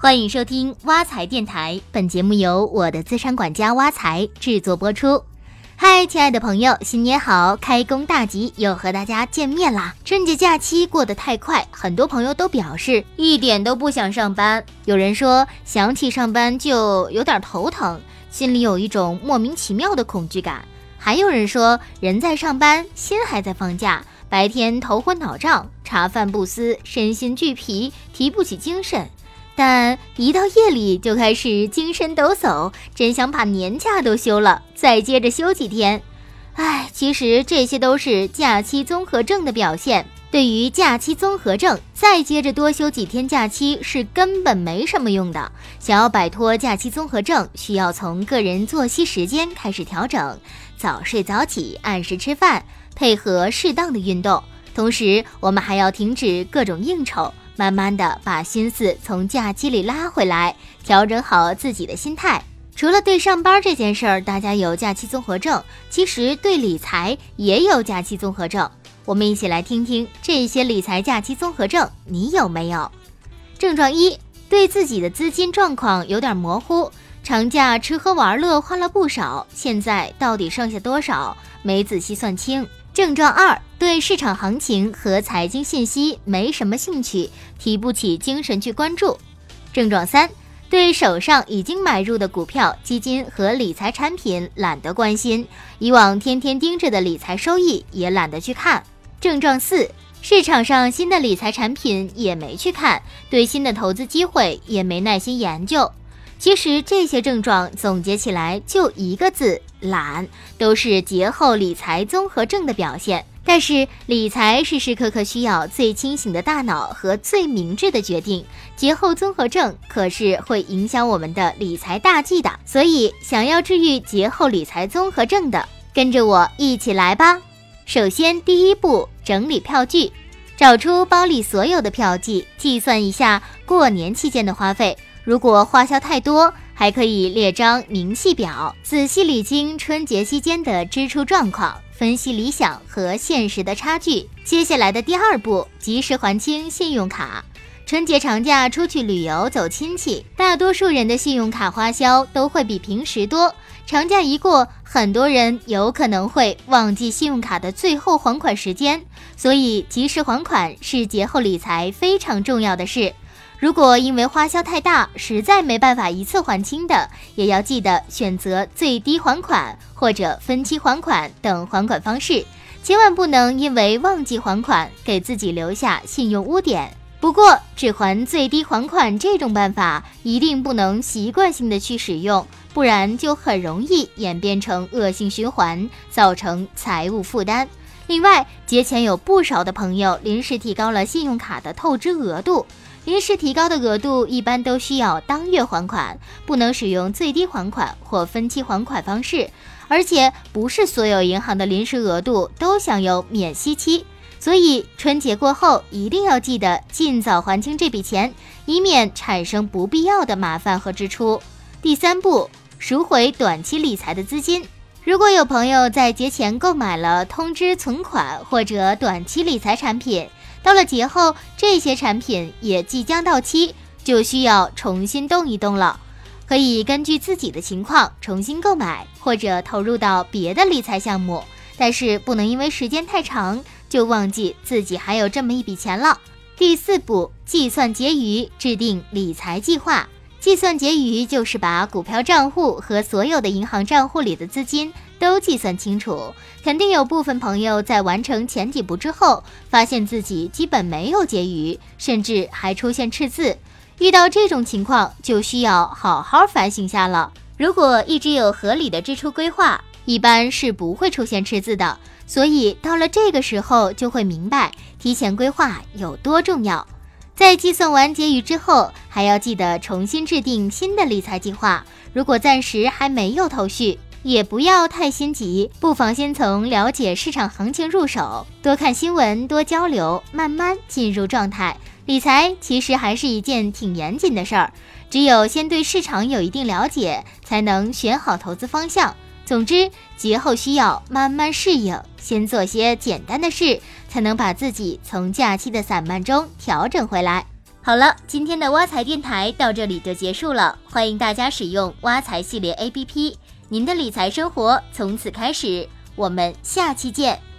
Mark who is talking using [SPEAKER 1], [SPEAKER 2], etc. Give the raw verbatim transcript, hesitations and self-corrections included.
[SPEAKER 1] 欢迎收听挖财电台，本节目由我的资产管家挖财制作播出。嗨，亲爱的朋友，新年好，开工大吉，又和大家见面啦。春节假期过得太快，很多朋友都表示一点都不想上班。有人说想起上班就有点头疼，心里有一种莫名其妙的恐惧感。还有人说人在上班，心还在放假，白天头昏脑胀，茶饭不思，身心俱疲，提不起精神。但一到夜里就开始精神抖擞，真想把年假都休了，再接着休几天。唉，其实这些都是假期综合症的表现。对于假期综合症，再接着多休几天假期是根本没什么用的。想要摆脱假期综合症，需要从个人作息时间开始调整，早睡早起，按时吃饭，配合适当的运动。同时，我们还要停止各种应酬，慢慢的把心思从假期里拉回来，调整好自己的心态。除了对上班这件事儿大家有假期综合症，其实对理财也有假期综合症。我们一起来听听这些理财假期综合症你有没有。症状一，对自己的资金状况有点模糊，长假吃喝玩乐花了不少，现在到底剩下多少没仔细算清。症状二，对市场行情和财经信息没什么兴趣，提不起精神去关注。症状三，对手上已经买入的股票、基金和理财产品懒得关心，以往天天盯着的理财收益也懒得去看。症状四，市场上新的理财产品也没去看，对新的投资机会也没耐心研究。其实这些症状总结起来就一个字，懒，都是节后理财综合症的表现。但是理财时时刻刻需要最清醒的大脑和最明智的决定，节后综合症可是会影响我们的理财大计的。所以想要治愈节后理财综合症的，跟着我一起来吧。首先第一步，整理票据，找出包里所有的票据，计算一下过年期间的花费。如果花销太多，还可以列张明细表，仔细理清春节期间的支出状况，分析理想和现实的差距。接下来的第二步，及时还清信用卡。春节长假出去旅游走亲戚，大多数人的信用卡花销都会比平时多。长假一过，很多人有可能会忘记信用卡的最后还款时间，所以及时还款是节后理财非常重要的事。如果因为花销太大，实在没办法一次还清的，也要记得选择最低还款或者分期还款等还款方式，千万不能因为忘记还款给自己留下信用污点。不过只还最低还款这种办法一定不能习惯性的去使用，不然就很容易演变成恶性循环，造成财务负担。另外，节前有不少的朋友临时提高了信用卡的透支额度，临时提高的额度一般都需要当月还款，不能使用最低还款或分期还款方式，而且不是所有银行的临时额度都享有免息期，所以春节过后一定要记得尽早还清这笔钱，以免产生不必要的麻烦和支出。第三步，赎回短期理财的资金。如果有朋友在节前购买了通知存款或者短期理财产品，到了节后这些产品也即将到期，就需要重新动一动了。可以根据自己的情况重新购买，或者投入到别的理财项目，但是不能因为时间太长就忘记自己还有这么一笔钱了。第四步，计算结余，制定理财计划。计算结余就是把股票账户和所有的银行账户里的资金都计算清楚。肯定有部分朋友在完成前几步之后，发现自己基本没有结余，甚至还出现赤字。遇到这种情况，就需要好好反省下了。如果一直有合理的支出规划，一般是不会出现赤字的。所以到了这个时候，就会明白提前规划有多重要。在计算完结余之后，还要记得重新制定新的理财计划。如果暂时还没有头绪，也不要太心急，不妨先从了解市场行情入手，多看新闻，多交流，慢慢进入状态。理财其实还是一件挺严谨的事儿，只有先对市场有一定了解，才能选好投资方向。总之，节后需要慢慢适应，先做些简单的事，才能把自己从假期的散漫中调整回来。 好了，今天的挖财电台到这里就结束了，欢迎大家使用挖财系列 A P P， 您的理财生活从此开始，我们下期见。